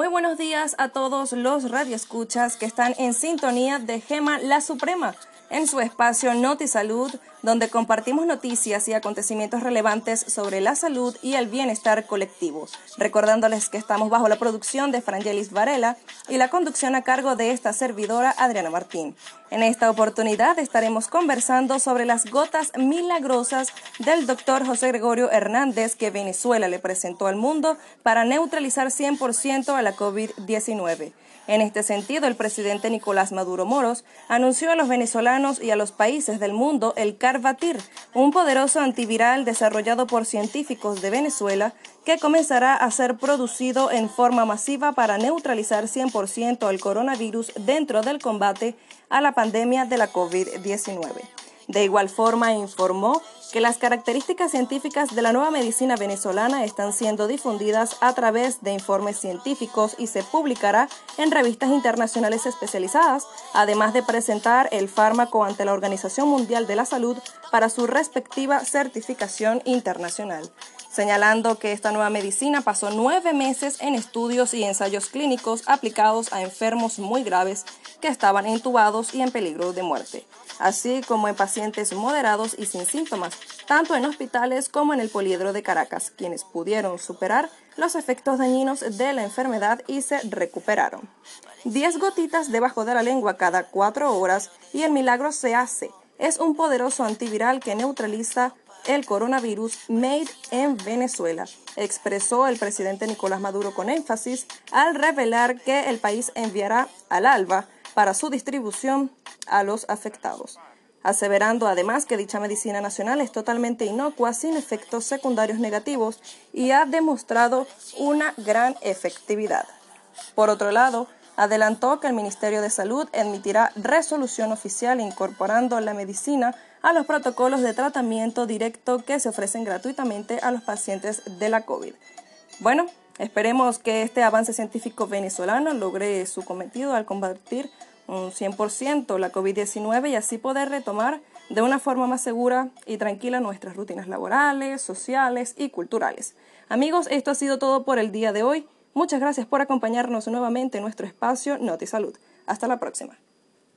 Muy buenos días a todos los radioescuchas que están en sintonía de Gema La Suprema, en su espacio NotiSalud, donde compartimos noticias y acontecimientos relevantes sobre la salud y el bienestar colectivo. Recordándoles que estamos bajo la producción de Frangelis Varela y la conducción a cargo de esta servidora Adriana Martín. En esta oportunidad estaremos conversando sobre las gotas milagrosas del doctor José Gregorio Hernández que Venezuela le presentó al mundo para neutralizar 100% a la COVID-19. En este sentido, el presidente Nicolás Maduro Moros anunció a los venezolanos y a los países del mundo el Carbatir, un poderoso antiviral desarrollado por científicos de Venezuela que comenzará a ser producido en forma masiva para neutralizar 100% el coronavirus dentro del combate a la pandemia de la COVID-19. De igual forma, informó que las características científicas de la nueva medicina venezolana están siendo difundidas a través de informes científicos y se publicará en revistas internacionales especializadas, además de presentar el fármaco ante la Organización Mundial de la Salud para su respectiva certificación internacional, señalando que esta nueva medicina pasó 9 meses en estudios y ensayos clínicos aplicados a enfermos muy graves que estaban intubados y en peligro de muerte, así como en pacientes moderados y sin síntomas, tanto en hospitales como en el Poliedro de Caracas, quienes pudieron superar los efectos dañinos de la enfermedad y se recuperaron. 10 gotitas debajo de la lengua cada 4 horas y el milagro se hace. Es un poderoso antiviral que neutraliza el coronavirus made en Venezuela, expresó el presidente Nicolás Maduro con énfasis al revelar que el país enviará al ALBA para su distribución a los afectados, aseverando además que dicha medicina nacional es totalmente inocua, sin efectos secundarios negativos y ha demostrado una gran efectividad. Por otro lado, adelantó que el Ministerio de Salud emitirá resolución oficial incorporando la medicina a los protocolos de tratamiento directo que se ofrecen gratuitamente a los pacientes de la COVID. Bueno, esperemos que este avance científico venezolano logre su cometido al combatir un 100% la COVID-19 y así poder retomar de una forma más segura y tranquila nuestras rutinas laborales, sociales y culturales. Amigos, esto ha sido todo por el día de hoy. Muchas gracias por acompañarnos nuevamente en nuestro espacio NotiSalud. Hasta la próxima.